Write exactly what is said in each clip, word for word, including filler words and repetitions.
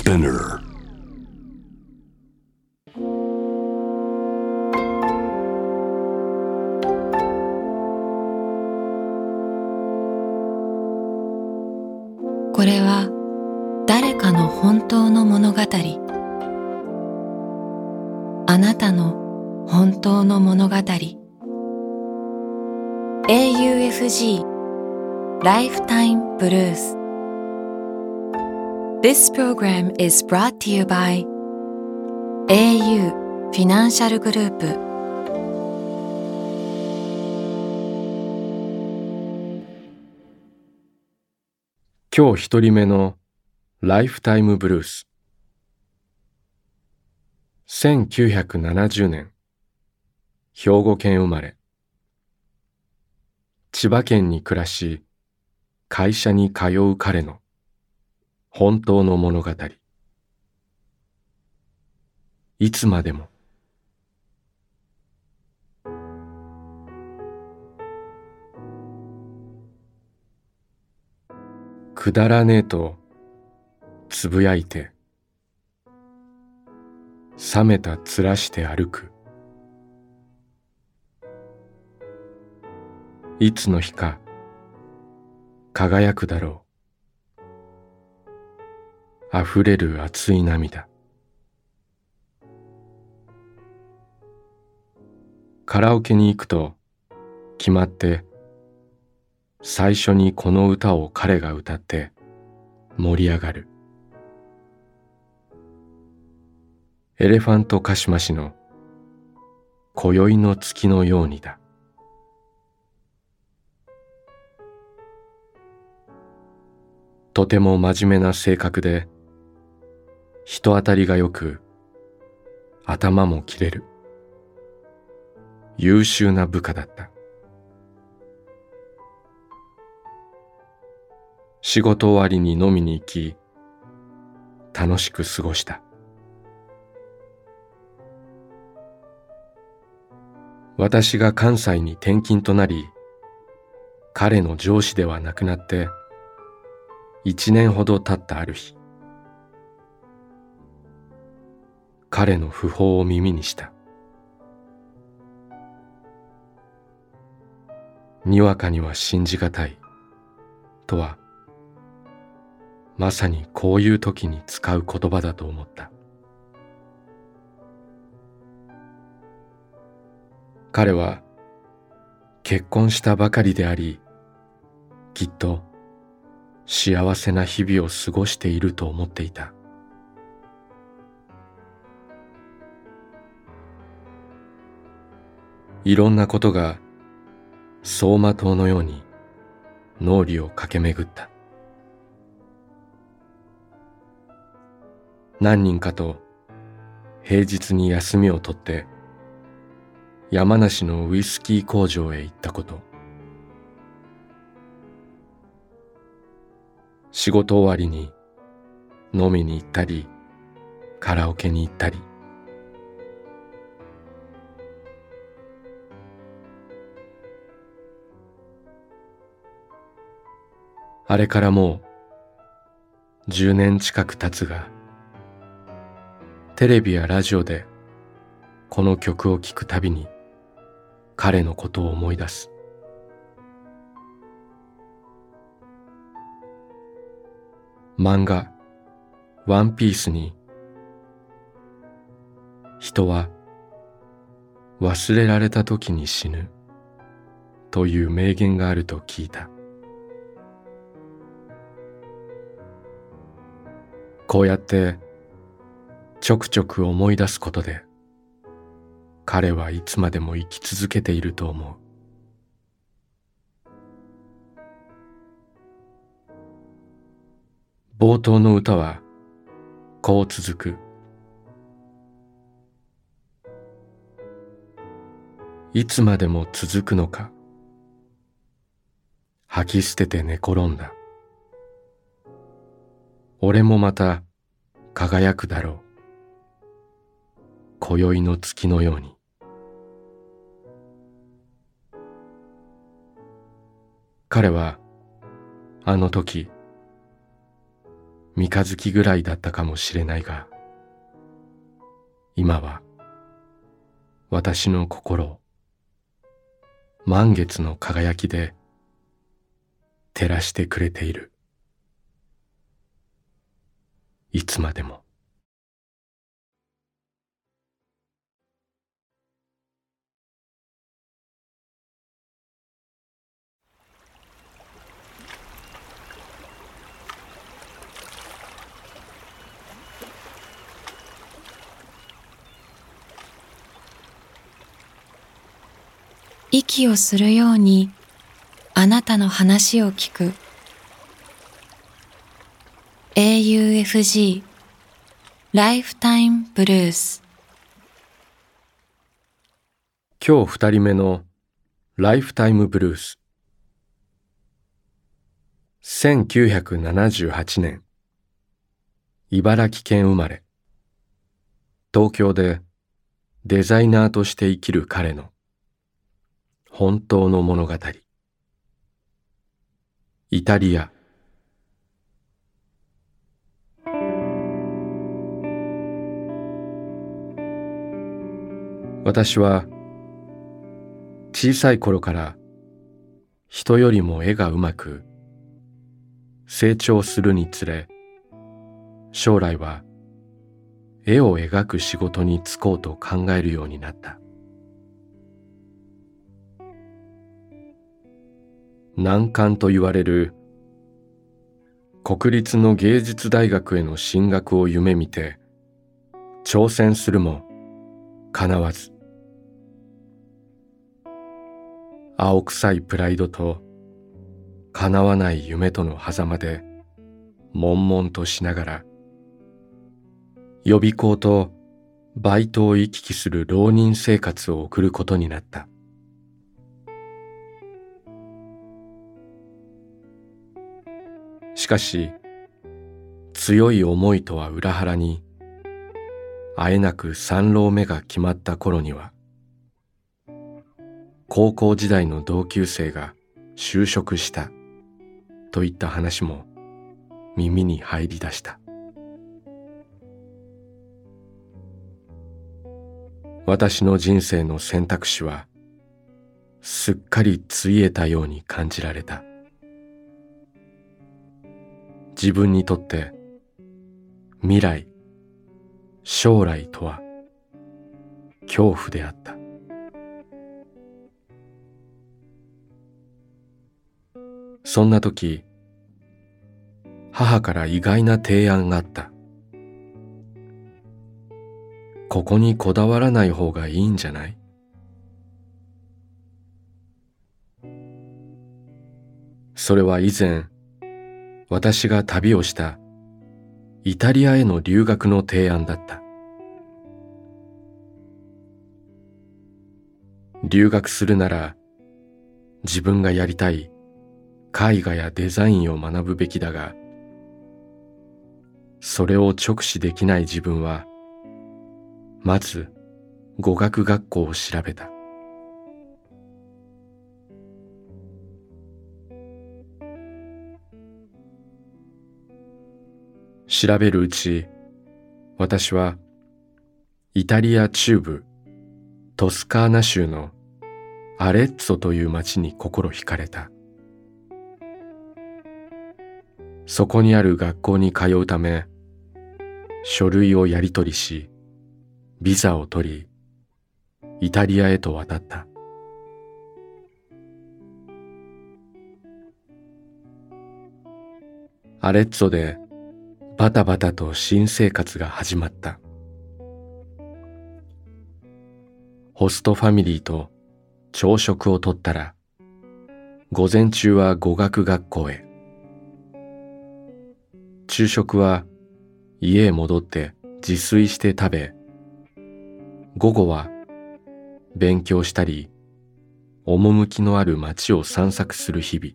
Spinner. これは誰かの本当の物語。あなたの本当の物語。エーユーエフジー Lifetime Blues。 This program is brought to you by エーユー Financial Group。 今日一人目のライフタイムブルース。せんきゅうひゃくななじゅうねん、兵庫県生まれ。千葉県に暮らし、会社に通う彼の本当の物語。いつまでも。くだらねえとつぶやいて、冷めた面して歩く。いつの日か輝くだろう。溢れる熱い涙。カラオケに行くと決まって最初にこの歌を彼が歌って盛り上がる。エレファントカシマシの今宵の月のようにだ。とても真面目な性格で人当たりがよく頭も切れる優秀な部下だった。仕事終わりに飲みに行き楽しく過ごした。私が関西に転勤となり、彼の上司ではなくなって一年ほど経ったある日、彼の訃報を耳にした。にわかには信じがたいとは、まさにこういう時に使う言葉だと思った。彼は結婚したばかりであり、きっと幸せな日々を過ごしていると思っていた。いろんなことが走馬灯のように脳裏を駆け巡った。何人かと平日に休みを取って山梨のウイスキー工場へ行ったこと。仕事終わりに飲みに行ったりカラオケに行ったり。あれからもうじゅうねん近く経つが、テレビやラジオでこの曲を聴くたびに彼のことを思い出す。漫画ワンピースに、人は忘れられた時に死ぬという名言があると聞いた。こうやってちょくちょく思い出すことで、彼はいつまでも生き続けていると思う。冒頭の歌はこう続く。いつまでも続くのか。吐き捨てて寝転んだ。俺もまた輝くだろう。今宵の月のように。彼はあの時三日月ぐらいだったかもしれないが、今は私の心を満月の輝きで照らしてくれている。いつまでも。 息をするようにあなたの話を聞く エーユーエフジー ライフタイムブルース。 今日二人目のライフタイムブルース。せんきゅうひゃくななじゅうはちねん、茨城県生まれ、東京でデザイナーとして生きる彼の本当の物語。イタリア。私は小さい頃から人よりも絵がうまく、成長するにつれ将来は絵を描く仕事に就こうと考えるようになった。難関と言われる国立の芸術大学への進学を夢見て挑戦するも叶わず、青臭いプライドと叶わない夢との狭間で悶々としながら、予備校とバイトを行き来する浪人生活を送ることになった。しかし強い思いとは裏腹に、あえなく三浪目が決まった頃には、高校時代の同級生が就職したといった話も耳に入り出した。私の人生の選択肢はすっかりついえたように感じられた。自分にとって未来、将来とは恐怖であった。そんな時、母から意外な提案があった。ここにこだわらない方がいいんじゃない？それは以前、私が旅をしたイタリアへの留学の提案だった。留学するなら自分がやりたい絵画やデザインを学ぶべきだが、それを直視できない自分はまず語学学校を調べた。調べるうち、私はイタリア中部トスカーナ州のアレッツォという町に心惹かれた。そこにある学校に通うため、書類をやり取りし、ビザを取り、イタリアへと渡った。アレッツォでバタバタと新生活が始まった。ホストファミリーと朝食をとったら、午前中は語学学校へ。昼食は家へ戻って自炊して食べ、午後は勉強したり、趣のある街を散策する日々。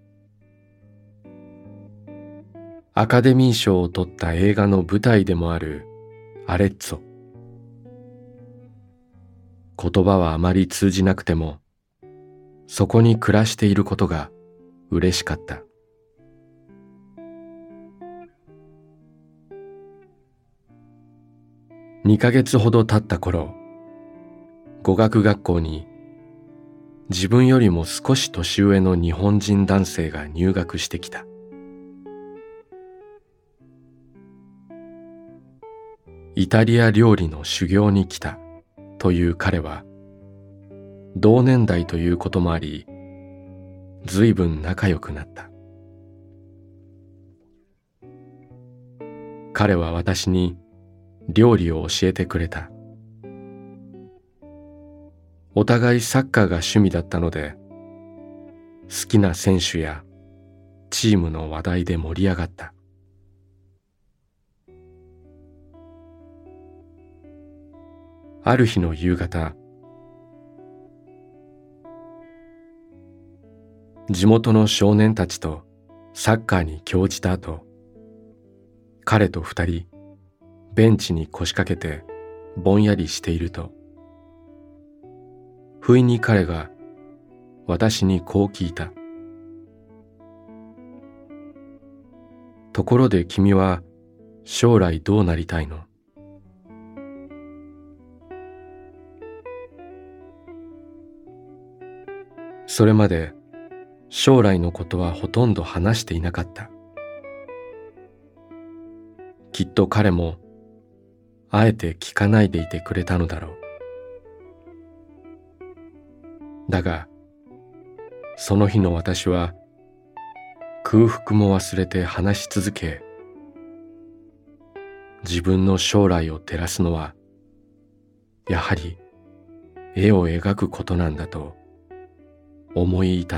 アカデミー賞を取った映画の舞台でもあるアレッツォ。言葉はあまり通じなくても、そこに暮らしていることが嬉しかった。 にかげつほど経った頃、語学学校に自分よりも少し年上の日本人男性が入学してきた。イタリア料理の修行に来たという彼は、同年代ということもあり、ずいぶん仲良くなった。彼は私に料理を教えてくれた。お互いサッカーが趣味だったので、好きな選手やチームの話題で盛り上がった。ある日の夕方、地元の少年たちとサッカーに興じた後、彼と二人ベンチに腰掛けてぼんやりしていると、不意に彼が私にこう聞いた。ところで君は将来どうなりたいの？それまで将来のことはほとんど話していなかった。きっと彼もあえて聞かないでいてくれたのだろう。だが、その日の私は空腹も忘れて話し続け、自分の将来を照らすのはやはり絵を描くことなんだと思い至った。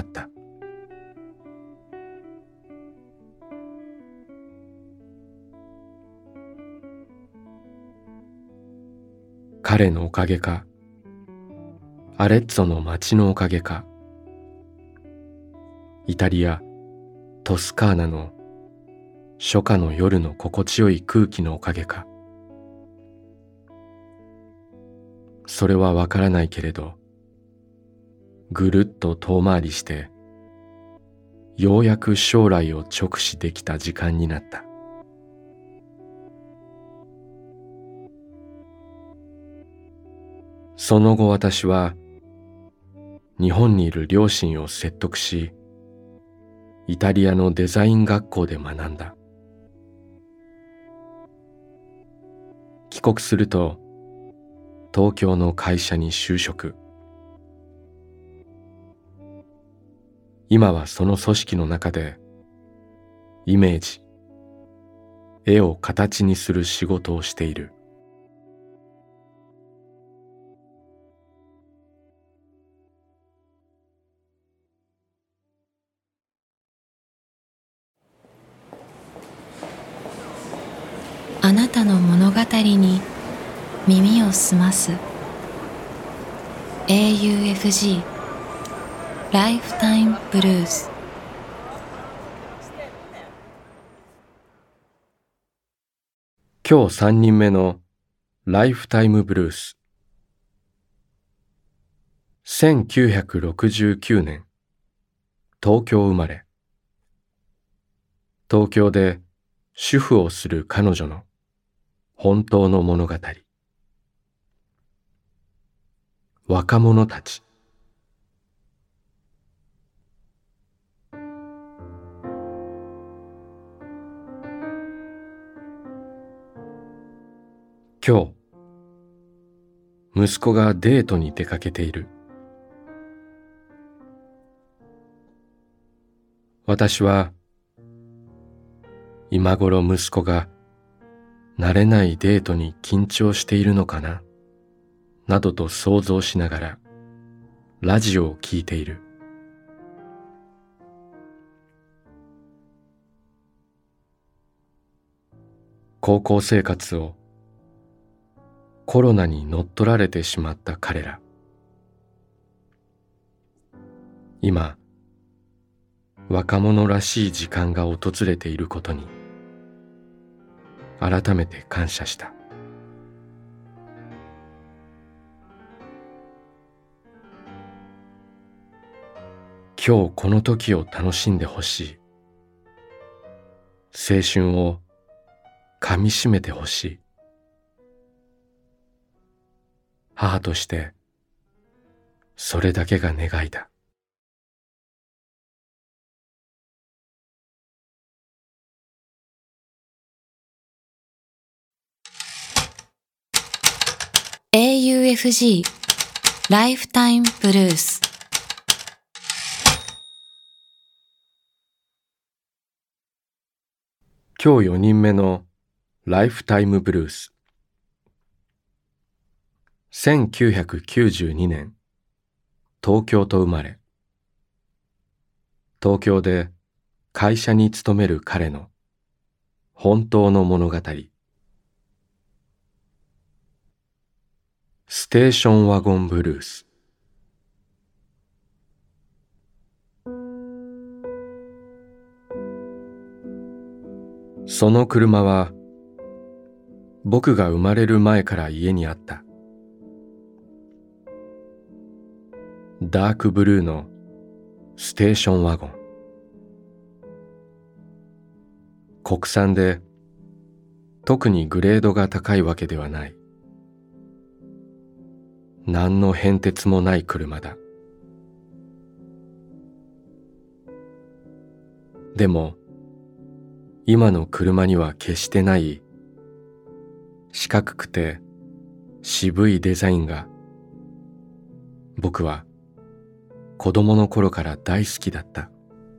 彼のおかげか、アレッツォの街のおかげか、イタリア・トスカーナの初夏の夜の心地よい空気のおかげか、それはわからないけれど、ぐるっと遠回りして、ようやく将来を直視できた時間になった。その後私は、日本にいる両親を説得し、イタリアのデザイン学校で学んだ。帰国すると、東京の会社に就職。今はその組織の中で、イメージ、絵を形にする仕事をしている。 あなたの物語に耳を澄ます エーユーエフジー ライフタイムブルース。 今日三人目のライフタイムブルース。せんきゅうひゃくろくじゅうきゅうねん、東京生まれ。東京で主婦をする彼女の本当の物語。若者たち。今日、息子がデートに出かけている。私は、今頃息子が慣れないデートに緊張しているのかな、などと想像しながらラジオを聞いている。高校生活をコロナに乗っ取られてしまった彼ら。今、若者らしい時間が訪れていることに改めて感謝した。今日この時を楽しんでほしい。青春を噛みしめてほしい。 母としてそれだけが願いだ。 エーユーエフジー ライフタイムブルース。 今日よにんめのライフタイムブルース。せんきゅうひゃくきゅうじゅうにねん、東京と生まれ、東京で会社に勤める彼の本当の物語。ステーションワゴンブルース。その車は僕が生まれる前から家にあった。ダークブルーのステーションワゴン。国産で特にグレードが高いわけではない。何の変哲もない車だ。でも今の車には決してない四角くて渋いデザインが僕は子供の頃から大好きだった。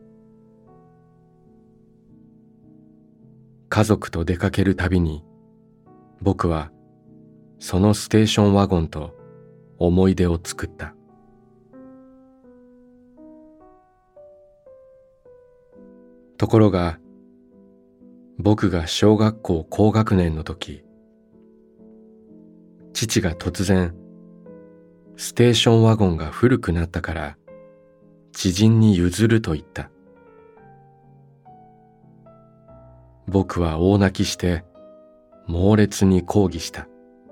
家族と出かけるたびに僕はそのステーションワゴンと思い出を作った。ところが僕が小学校高学年の時、父が突然ステーションワゴンが古くなったから知人に譲ると言った。僕は大泣きして猛烈に抗議した。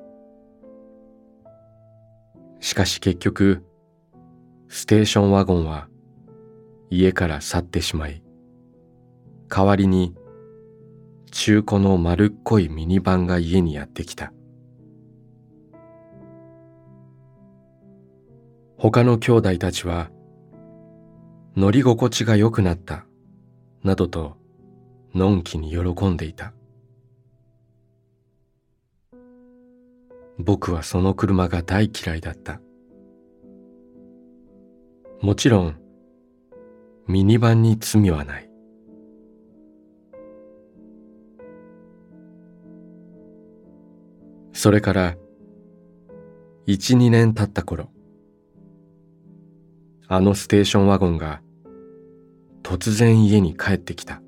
しかし結局ステーションワゴンは家から去ってしまい、代わりに中古の丸っこいミニバンが家にやってきた。他の兄弟たちは乗り心地が良くなったなどとのんきに喜んでいた。僕はその車が大嫌いだった。もちろんミニバンに罪はない。それから一、二年経った頃、あのステーションワゴンが突然家に帰ってきた。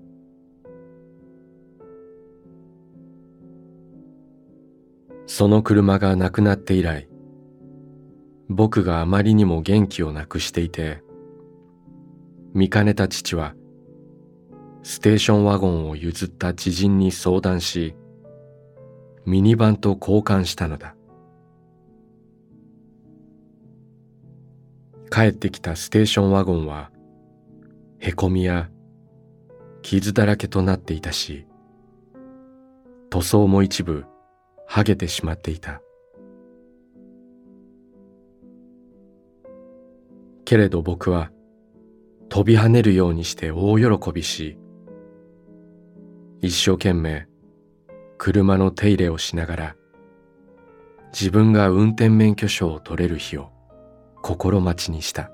その車がなくなって以来、僕があまりにも元気をなくしていて、見かねた父はステーションワゴンを譲った知人に相談し、ミニバンと交換したのだ。帰ってきたステーションワゴンはへこみや傷だらけとなっていたし、塗装も一部剥げてしまっていた。けれど僕は飛び跳ねるようにして大喜びし、一生懸命車の手入れをしながら自分が運転免許証を取れる日を心待ちにした。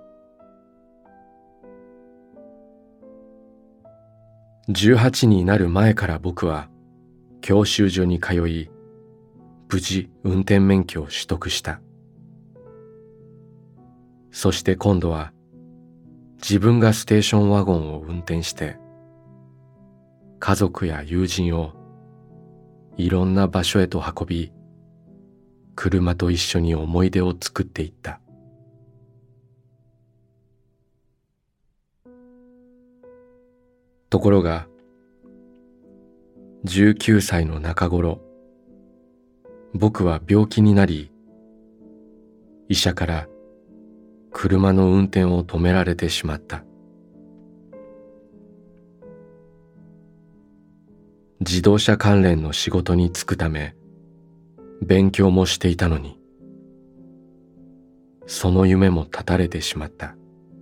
じゅうはちになる前から僕は教習所に通い、無事運転免許を取得した。そして今度は自分がステーションワゴンを運転して家族や友人をいろんな場所へと運び、車と一緒に思い出を作っていった。ところがじゅうきゅうさいの中頃、僕は病気になり、医者から車の運転を止められてしまった。自動車関連の仕事に就くため勉強もしていたのに、 その夢も絶たれてしまった。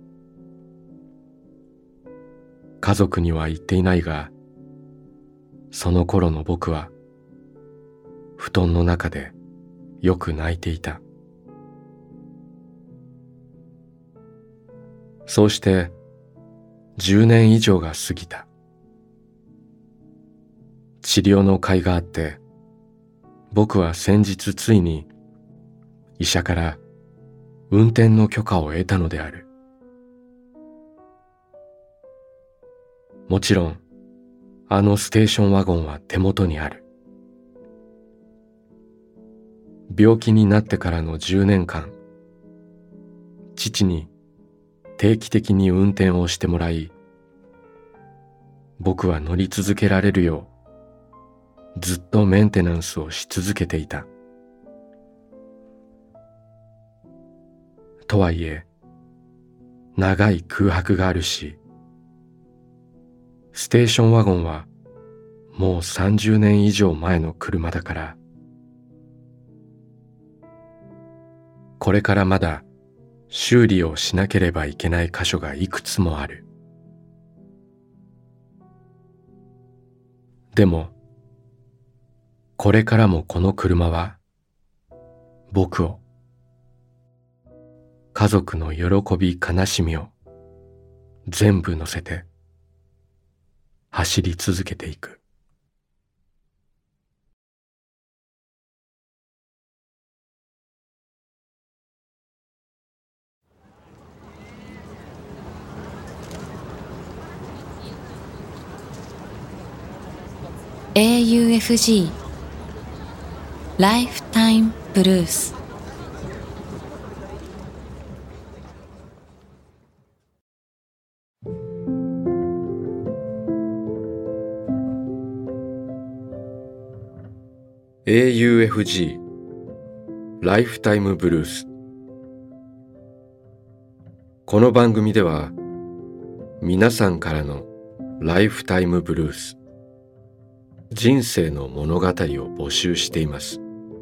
家族には言っていないが、その頃の僕は布団の中でよく泣いていた。そうしてじゅうねん以上が過ぎた。治療の甲斐があって、僕は先日ついに医者から運転の許可を得たのである。もちろん、あのステーションワゴンは手元にある。病気になってからのじゅうねんかん、父に定期的に運転をしてもらい、僕は乗り続けられるよう、ずっとメンテナンスをし続けていた。とはいえ、長い空白があるし、ステーションワゴンはもうさんじゅうねん以上前の車だから、これからまだ修理をしなければいけない箇所がいくつもある。でも、これからもこの車は僕を、家族の喜び悲しみを全部乗せて走り続けていく。 エーユーエフジー ライフタイムブルース。 エーユーエフジー ライフタイムブルース。この番組では皆さんからのライフタイムブルース、人生の物語を募集しています。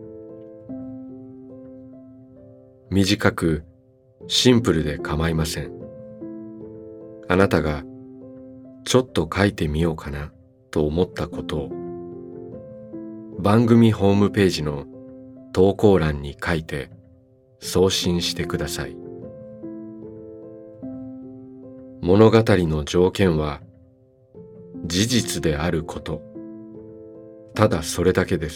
短くシンプルで構いません。あなたがちょっと書いてみようかなと思ったことを番組ホームページの投稿欄に書いて送信してください。物語の条件は事実であること、ただそれだけです。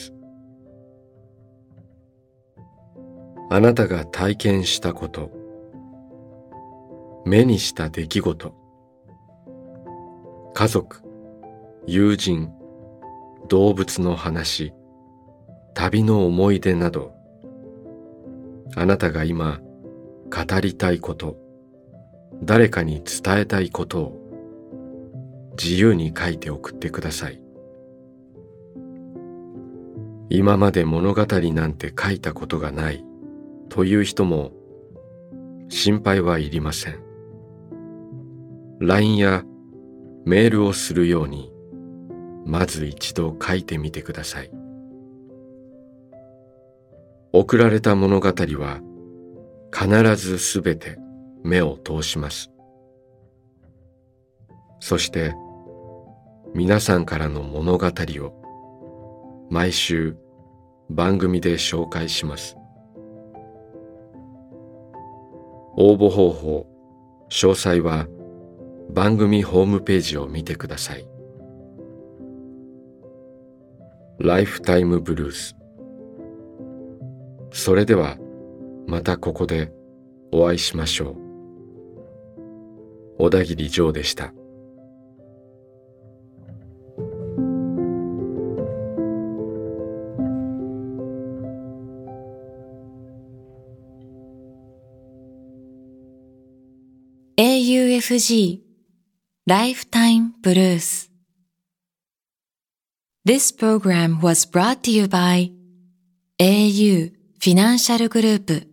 あなたが体験したこと、目にした出来事、家族、友人、動物の話、旅の思い出など、あなたが今語りたいこと、誰かに伝えたいことを自由に書いて送ってください。今まで物語なんて書いたことがないという人も心配はいりません。ライン やメールをするようにまず一度書いてみてください。送られた物語は必ずすべて目を通します。そして皆さんからの物語を毎週番組で紹介します。応募方法、詳細は番組ホームページを見てください。ライフタイムブルース。それではまたここでお会いしましょう。小田切ジョーでした。 エーユーエフジー Lifetime Blues. This program was brought to you by エーユー Financial Group.